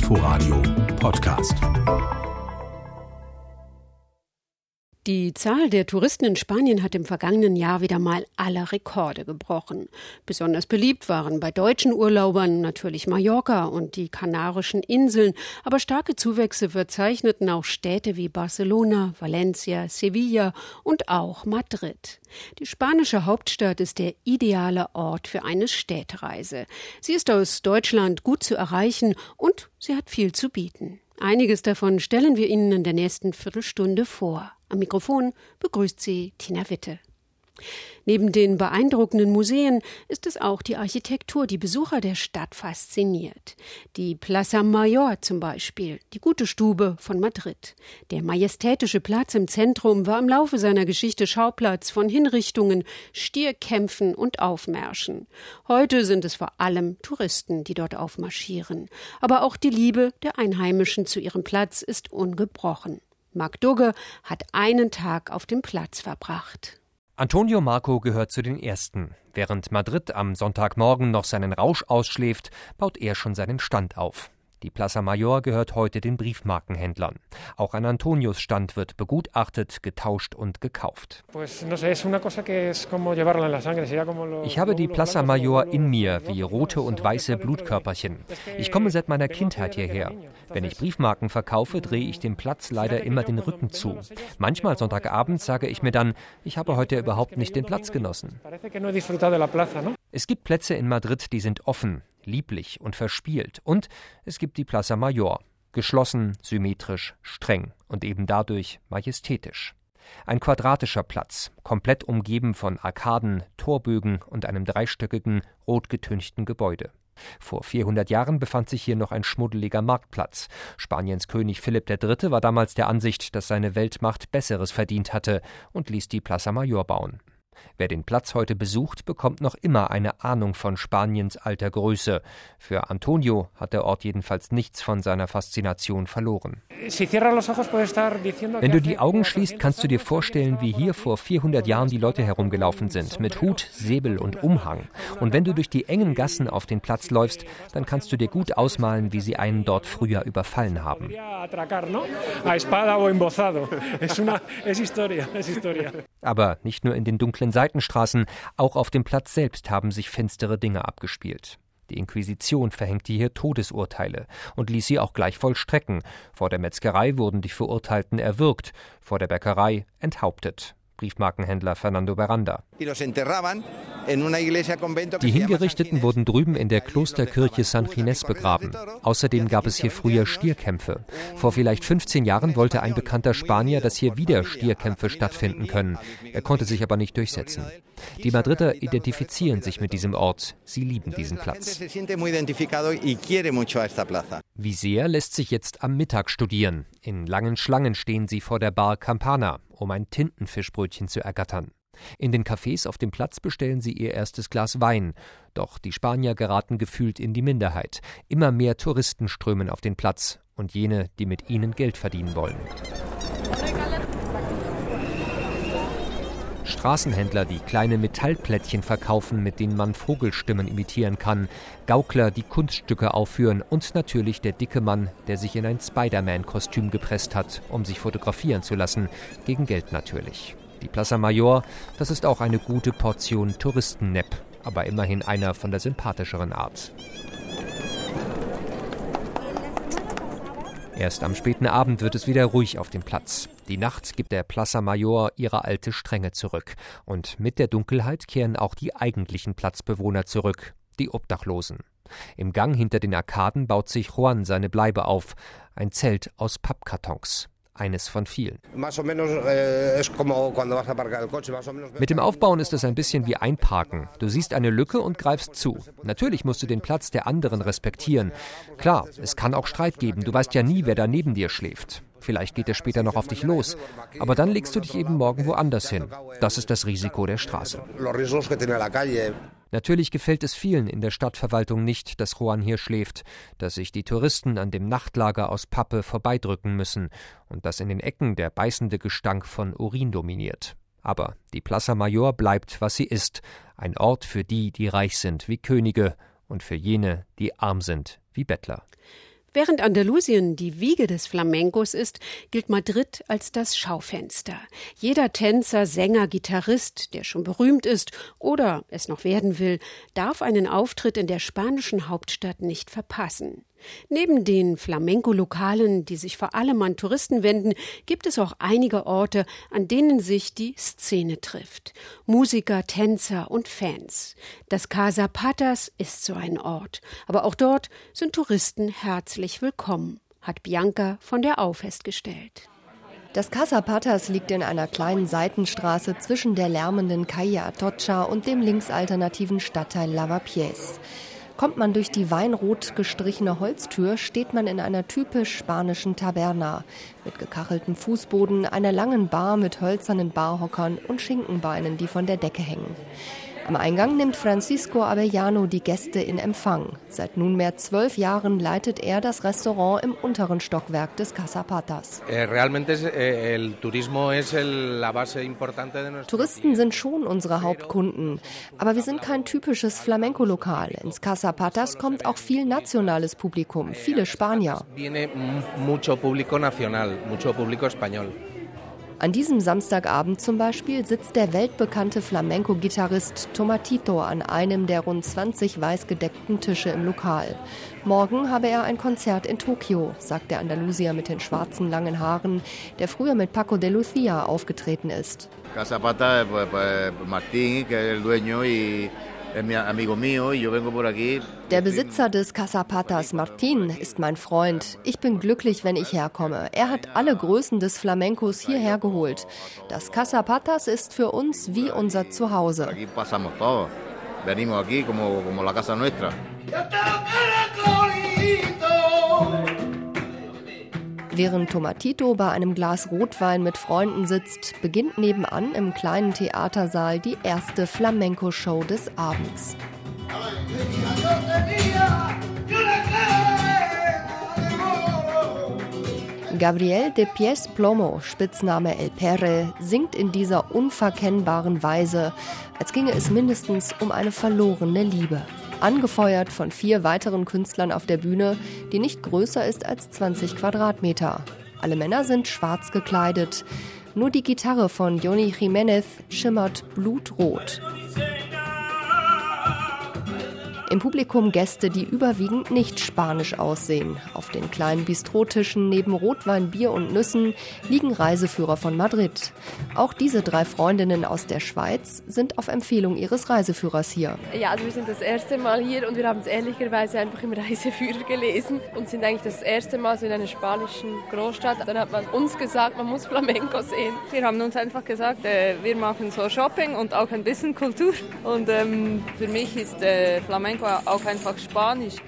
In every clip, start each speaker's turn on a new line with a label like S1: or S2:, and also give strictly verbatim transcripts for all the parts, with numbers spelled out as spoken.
S1: Inforadio Podcast.
S2: Die Zahl der Touristen in Spanien hat im vergangenen Jahr wieder mal alle Rekorde gebrochen. Besonders beliebt waren bei deutschen Urlaubern natürlich Mallorca und die Kanarischen Inseln, aber starke Zuwächse verzeichneten auch Städte wie Barcelona, Valencia, Sevilla und auch Madrid. Die spanische Hauptstadt ist der ideale Ort für eine Städtereise. Sie ist aus Deutschland gut zu erreichen und sie hat viel zu bieten. Einiges davon stellen wir Ihnen in der nächsten Viertelstunde vor. Am Mikrofon begrüßt Sie Tina Witte. Neben den beeindruckenden Museen ist es auch die Architektur, die Besucher der Stadt fasziniert. Die Plaza Mayor zum Beispiel, die Gute Stube von Madrid. Der majestätische Platz im Zentrum war im Laufe seiner Geschichte Schauplatz von Hinrichtungen, Stierkämpfen und Aufmärschen. Heute sind es vor allem Touristen, die dort aufmarschieren. Aber auch die Liebe der Einheimischen zu ihrem Platz ist ungebrochen. Marc Dugge hat einen Tag auf dem Platz verbracht.
S3: Antonio Marco gehört zu den Ersten. Während Madrid am Sonntagmorgen noch seinen Rausch ausschläft, baut er schon seinen Stand auf. Die Plaza Mayor gehört heute den Briefmarkenhändlern. Auch an Antonios Stand wird begutachtet, getauscht und gekauft. Ich habe die Plaza Mayor in mir, wie rote und weiße Blutkörperchen. Ich komme seit meiner Kindheit hierher. Wenn ich Briefmarken verkaufe, drehe ich dem Platz leider immer den Rücken zu. Manchmal Sonntagabend sage ich mir dann, ich habe heute überhaupt nicht den Platz genossen. Es gibt Plätze in Madrid, die sind offen, lieblich und verspielt. Und es gibt die Plaza Mayor. Geschlossen, symmetrisch, streng und eben dadurch majestätisch. Ein quadratischer Platz, komplett umgeben von Arkaden, Torbögen und einem dreistöckigen, rot getünchten Gebäude. Vor vierhundert Jahren befand sich hier noch ein schmuddeliger Marktplatz. Spaniens König Philipp der Dritte war damals der Ansicht, dass seine Weltmacht Besseres verdient hatte und ließ die Plaza Mayor bauen. Wer den Platz heute besucht, bekommt noch immer eine Ahnung von Spaniens alter Größe. Für Antonio hat der Ort jedenfalls nichts von seiner Faszination verloren. Wenn du die Augen schließt, kannst du dir vorstellen, wie hier vor vierhundert Jahren die Leute herumgelaufen sind, mit Hut, Säbel und Umhang. Und wenn du durch die engen Gassen auf den Platz läufst, dann kannst du dir gut ausmalen, wie sie einen dort früher überfallen haben. Aber nicht nur in den dunklen Seitenstraßen, auch auf dem Platz selbst haben sich finstere Dinge abgespielt. Die Inquisition verhängte hier Todesurteile und ließ sie auch gleich vollstrecken. Vor der Metzgerei wurden die Verurteilten erwürgt, vor der Bäckerei enthauptet. Briefmarkenhändler Fernando Beranda. Die Hingerichteten wurden drüben in der Klosterkirche San Ginés begraben. Außerdem gab es hier früher Stierkämpfe. Vor vielleicht fünfzehn Jahren wollte ein bekannter Spanier, dass hier wieder Stierkämpfe stattfinden können. Er konnte sich aber nicht durchsetzen. Die Madrider identifizieren sich mit diesem Ort. Sie lieben diesen Platz. Wie sehr lässt sich jetzt am Mittag studieren. In langen Schlangen stehen sie vor der Bar Campana, um ein Tintenfischbrötchen zu ergattern. In den Cafés auf dem Platz bestellen sie ihr erstes Glas Wein. Doch die Spanier geraten gefühlt in die Minderheit. Immer mehr Touristen strömen auf den Platz und jene, die mit ihnen Geld verdienen wollen. Straßenhändler, die kleine Metallplättchen verkaufen, mit denen man Vogelstimmen imitieren kann, Gaukler, die Kunststücke aufführen und natürlich der dicke Mann, der sich in ein Spider-Man-Kostüm gepresst hat, um sich fotografieren zu lassen, gegen Geld natürlich. Die Plaza Mayor, das ist auch eine gute Portion Touristennepp, aber immerhin einer von der sympathischeren Art. Erst am späten Abend wird es wieder ruhig auf dem Platz. Die Nacht gibt der Plaza Mayor ihre alte Strenge zurück. Und mit der Dunkelheit kehren auch die eigentlichen Platzbewohner zurück, die Obdachlosen. Im Gang hinter den Arkaden baut sich Juan seine Bleibe auf. Ein Zelt aus Pappkartons. Eines von vielen. Mit dem Aufbauen ist es ein bisschen wie Einparken. Du siehst eine Lücke und greifst zu. Natürlich musst du den Platz der anderen respektieren. Klar, es kann auch Streit geben. Du weißt ja nie, wer da neben dir schläft. Vielleicht geht er später noch auf dich los. Aber dann legst du dich eben morgen woanders hin. Das ist das Risiko der Straße. Natürlich gefällt es vielen in der Stadtverwaltung nicht, dass Juan hier schläft, dass sich die Touristen an dem Nachtlager aus Pappe vorbeidrücken müssen und dass in den Ecken der beißende Gestank von Urin dominiert. Aber die Plaza Mayor bleibt, was sie ist, ein Ort für die, die reich sind wie Könige und für jene, die arm sind wie Bettler.
S2: Während Andalusien die Wiege des Flamencos ist, gilt Madrid als das Schaufenster. Jeder Tänzer, Sänger, Gitarrist, der schon berühmt ist oder es noch werden will, darf einen Auftritt in der spanischen Hauptstadt nicht verpassen. Neben den Flamenco-Lokalen, die sich vor allem an Touristen wenden, gibt es auch einige Orte, an denen sich die Szene trifft. Musiker, Tänzer und Fans. Das Casa Patas ist so ein Ort. Aber auch dort sind Touristen herzlich willkommen, hat Bianca von der Au festgestellt.
S4: Das Casa Patas liegt in einer kleinen Seitenstraße zwischen der lärmenden Calle Atocha und dem linksalternativen Stadtteil Lavapiés. Kommt man durch die weinrot gestrichene Holztür, steht man in einer typisch spanischen Taberna mit gekacheltem Fußboden, einer langen Bar mit hölzernen Barhockern und Schinkenbeinen, die von der Decke hängen. Am Eingang nimmt Francisco Avellano die Gäste in Empfang. Seit nunmehr zwölf Jahren leitet er das Restaurant im unteren Stockwerk des Casa Patas. Touristen sind schon unsere Hauptkunden, aber wir sind kein typisches Flamenco-Lokal. Ins Casa Patas kommt auch viel nationales Publikum, viele Spanier. An diesem Samstagabend zum Beispiel sitzt der weltbekannte Flamenco-Gitarrist Tomatito an einem der rund zwanzig weiß gedeckten Tische im Lokal. Morgen habe er ein Konzert in Tokio, sagt der Andalusier mit den schwarzen langen Haaren, der früher mit Paco de Lucía aufgetreten ist.
S5: Casa Patas, Martín, que es el dueño y
S4: Der Besitzer des Casa Patas, Martín, ist mein Freund. Ich bin glücklich, wenn ich herkomme. Er hat alle Größen des Flamencos hierher geholt. Das Casa Patas ist für uns wie unser Zuhause. Während Tomatito bei einem Glas Rotwein mit Freunden sitzt, beginnt nebenan im kleinen Theatersaal die erste Flamenco-Show des Abends. Gabriel de Pies Plomo, Spitzname El Perre, singt in dieser unverkennbaren Weise, als ginge es mindestens um eine verlorene Liebe. Angefeuert von vier weiteren Künstlern auf der Bühne, die nicht größer ist als zwanzig Quadratmeter. Alle Männer sind schwarz gekleidet. Nur die Gitarre von Johnny Jiménez schimmert blutrot. Im Publikum Gäste, die überwiegend nicht spanisch aussehen. Auf den kleinen Bistrotischen neben Rotwein, Bier und Nüssen liegen Reiseführer von Madrid. Auch diese drei Freundinnen aus der Schweiz sind auf Empfehlung ihres Reiseführers hier.
S6: Ja, also wir sind das erste Mal hier und wir haben es ehrlicherweise einfach im Reiseführer gelesen und sind eigentlich das erste Mal so in einer spanischen Großstadt. Dann hat man uns gesagt, man muss Flamenco sehen.
S7: Wir haben uns einfach gesagt, äh, wir machen so Shopping und auch ein bisschen Kultur. Und ähm, für mich ist äh, Flamenco auch einfach Spanisch.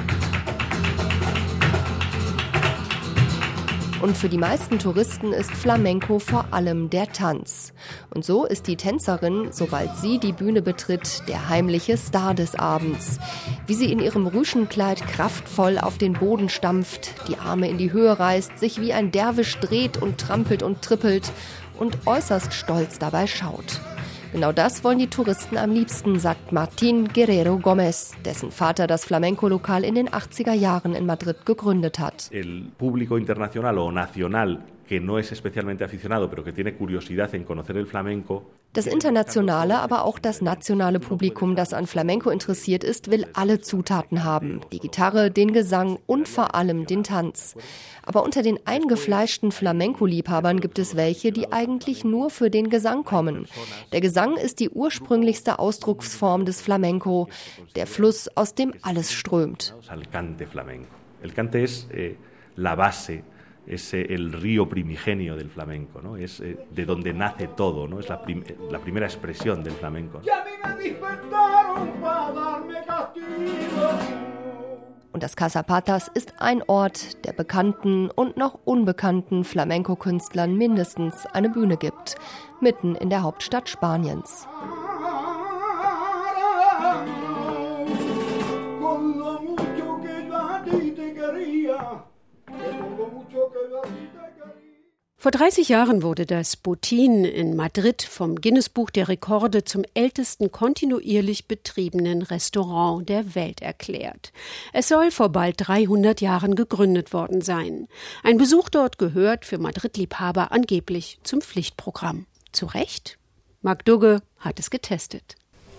S4: Und für die meisten Touristen ist Flamenco vor allem der Tanz. Und so ist die Tänzerin, sobald sie die Bühne betritt, der heimliche Star des Abends. Wie sie in ihrem Rüschenkleid kraftvoll auf den Boden stampft, die Arme in die Höhe reißt, sich wie ein Derwisch dreht und trampelt und trippelt und äußerst stolz dabei schaut. Genau das wollen die Touristen am liebsten, sagt Martín Guerrero Gómez, dessen Vater das Flamenco-Lokal in den achtziger Jahren in Madrid gegründet hat.
S8: El público internacional o nacional que no es especialmente aficionado, pero que tiene curiosidad en conocer el flamenco.
S4: Das internationale, aber auch das nationale Publikum, das an Flamenco interessiert ist, will alle Zutaten haben. Die Gitarre, den Gesang und vor allem den Tanz. Aber unter den eingefleischten Flamenco-Liebhabern gibt es welche, die eigentlich nur für den Gesang kommen. Der Gesang ist die ursprünglichste Ausdrucksform des Flamenco, der Fluss, aus dem alles strömt.
S8: El cante es eh, la base. Es el río primigenio del flamenco, ¿no? Es eh, de donde nace todo, ¿no? Es la, prim la primera expresión del flamenco.
S4: Und das Casa Patas ist ein Ort, der bekannten und noch unbekannten Flamenco-Künstlern mindestens eine Bühne gibt, mitten in der Hauptstadt Spaniens.
S2: Vor dreißig Jahren wurde das Botín in Madrid vom Guinness-Buch der Rekorde zum ältesten kontinuierlich betriebenen Restaurant der Welt erklärt. Es soll vor bald dreihundert Jahren gegründet worden sein. Ein Besuch dort gehört für Madrid-Liebhaber angeblich zum Pflichtprogramm. Zu Recht? Marc Dugge hat es getestet.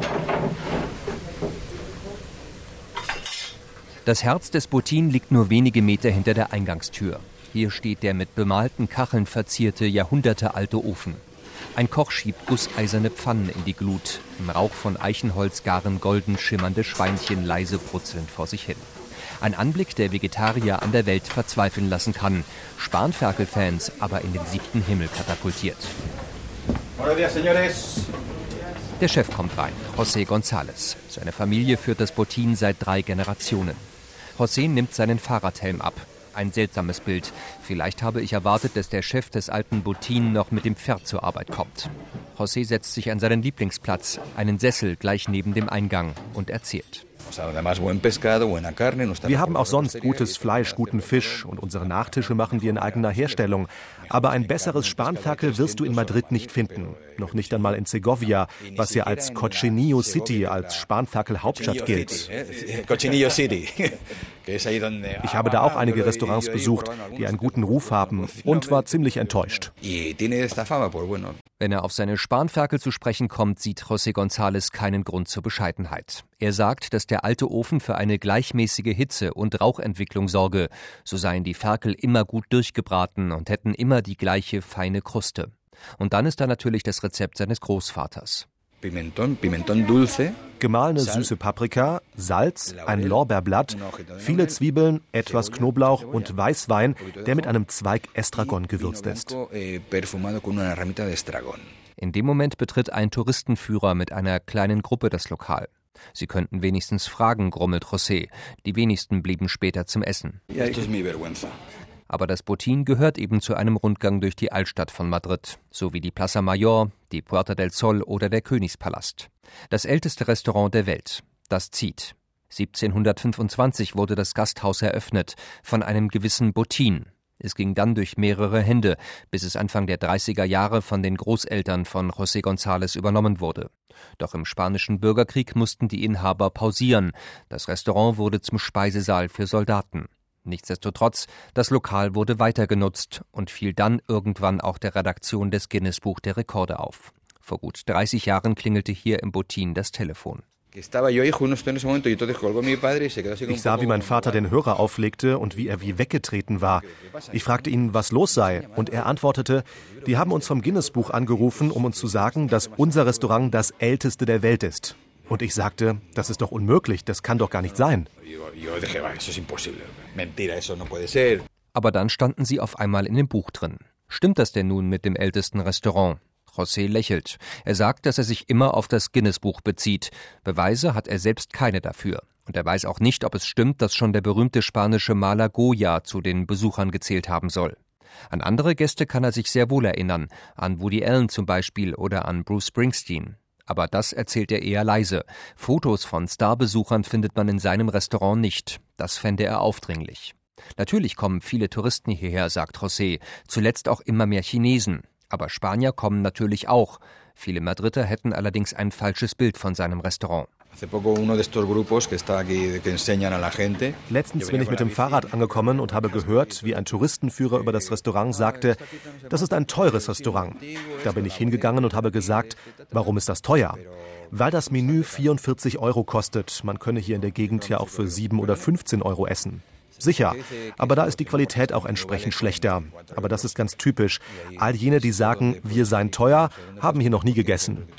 S3: Das Herz des Botín liegt nur wenige Meter hinter der Eingangstür. Hier steht der mit bemalten Kacheln verzierte, jahrhundertealte Ofen. Ein Koch schiebt gusseiserne Pfannen in die Glut. Im Rauch von Eichenholz garen golden schimmernde Schweinchen leise brutzelnd vor sich hin. Ein Anblick, der Vegetarier an der Welt verzweifeln lassen kann. Spanferkel-Fans aber in den siebten Himmel katapultiert. Der Chef kommt rein, José González. Seine Familie führt das Botín seit drei Generationen. José nimmt seinen Fahrradhelm ab. Ein seltsames Bild. Vielleicht habe ich erwartet, dass der Chef des alten Botín noch mit dem Pferd zur Arbeit kommt. José setzt sich an seinen Lieblingsplatz, einen Sessel gleich neben dem Eingang, und erzählt.
S9: Wir haben auch sonst gutes Fleisch, guten Fisch und unsere Nachtische machen wir in eigener Herstellung. Aber ein besseres Spanferkel wirst du in Madrid nicht finden. Noch nicht einmal in Segovia, was ja als Cochinillo City, als Spanferkel-Hauptstadt gilt. Ich habe da auch einige Restaurants besucht, die einen guten Ruf haben, und war ziemlich enttäuscht.
S3: Wenn er auf seine Spanferkel zu sprechen kommt, sieht José González keinen Grund zur Bescheidenheit. Er sagt, dass der alte Ofen für eine gleichmäßige Hitze und Rauchentwicklung sorge. So seien die Ferkel immer gut durchgebraten und hätten immer die gleiche feine Kruste. Und dann ist da natürlich das Rezept seines Großvaters.
S9: Pimentón, Pimentón dulce. Gemahlene süße Paprika, Salz, ein Lorbeerblatt, viele Zwiebeln, etwas Knoblauch und Weißwein, der mit einem Zweig Estragon gewürzt ist.
S3: In dem Moment betritt ein Touristenführer mit einer kleinen Gruppe das Lokal. Sie könnten wenigstens fragen, grummelt José. Die wenigsten blieben später zum Essen. Aber das Botín gehört eben zu einem Rundgang durch die Altstadt von Madrid, so wie die Plaza Mayor, die Puerta del Sol oder der Königspalast. Das älteste Restaurant der Welt. Das zieht. siebzehnhundertfünfundzwanzig wurde das Gasthaus eröffnet, von einem gewissen Botín. Es ging dann durch mehrere Hände, bis es Anfang der dreißiger Jahre von den Großeltern von José González übernommen wurde. Doch im spanischen Bürgerkrieg mussten die Inhaber pausieren. Das Restaurant wurde zum Speisesaal für Soldaten. Nichtsdestotrotz, das Lokal wurde weiter genutzt und fiel dann irgendwann auch der Redaktion des Guinness-Buch der Rekorde auf. Vor gut dreißig Jahren klingelte hier im Botín das Telefon.
S9: Ich sah, wie mein Vater den Hörer auflegte und wie er wie weggetreten war. Ich fragte ihn, was los sei, und er antwortete, die haben uns vom Guinness-Buch angerufen, um uns zu sagen, dass unser Restaurant das älteste der Welt ist. Und ich sagte, das ist doch unmöglich, das kann doch gar nicht sein.
S3: Aber dann standen sie auf einmal in dem Buch drin. Stimmt das denn nun mit dem ältesten Restaurant? José lächelt. Er sagt, dass er sich immer auf das Guinness-Buch bezieht. Beweise hat er selbst keine dafür. Und er weiß auch nicht, ob es stimmt, dass schon der berühmte spanische Maler Goya zu den Besuchern gezählt haben soll. An andere Gäste kann er sich sehr wohl erinnern, an Woody Allen zum Beispiel oder an Bruce Springsteen. Aber das erzählt er eher leise. Fotos von Starbesuchern findet man in seinem Restaurant nicht. Das fände er aufdringlich. Natürlich kommen viele Touristen hierher, sagt José. Zuletzt auch immer mehr Chinesen. Aber Spanier kommen natürlich auch. Viele Madrider hätten allerdings ein falsches Bild von seinem Restaurant.
S9: Letztens bin ich mit dem Fahrrad angekommen und habe gehört, wie ein Touristenführer über das Restaurant sagte, das ist ein teures Restaurant. Da bin ich hingegangen und habe gesagt, warum ist das teuer? Weil das Menü vierundvierzig Euro kostet. Man könne hier in der Gegend ja auch für sieben oder fünfzehn Euro essen. Sicher, aber da ist die Qualität auch entsprechend schlechter. Aber das ist ganz typisch. All jene, die sagen, wir seien teuer, haben hier noch nie gegessen.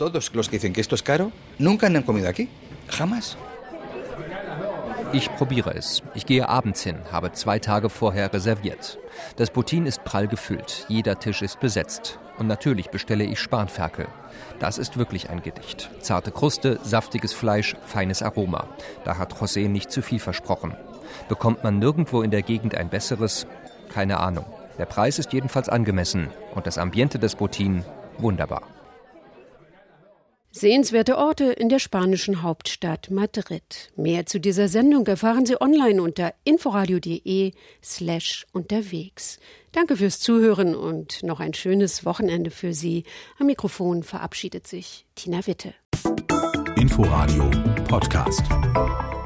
S3: Ich probiere es. Ich gehe abends hin, habe zwei Tage vorher reserviert. Das Botín ist prall gefüllt, jeder Tisch ist besetzt. Und natürlich bestelle ich Spanferkel. Das ist wirklich ein Gedicht. Zarte Kruste, saftiges Fleisch, feines Aroma. Da hat José nicht zu viel versprochen. Bekommt man nirgendwo in der Gegend ein besseres? Keine Ahnung. Der Preis ist jedenfalls angemessen und das Ambiente des Botín wunderbar.
S2: Sehenswerte Orte in der spanischen Hauptstadt Madrid. Mehr zu dieser Sendung erfahren Sie online unter inforadio.de slash unterwegs. Danke fürs Zuhören und noch ein schönes Wochenende für Sie. Am Mikrofon verabschiedet sich Tina Witte.
S1: Inforadio Podcast.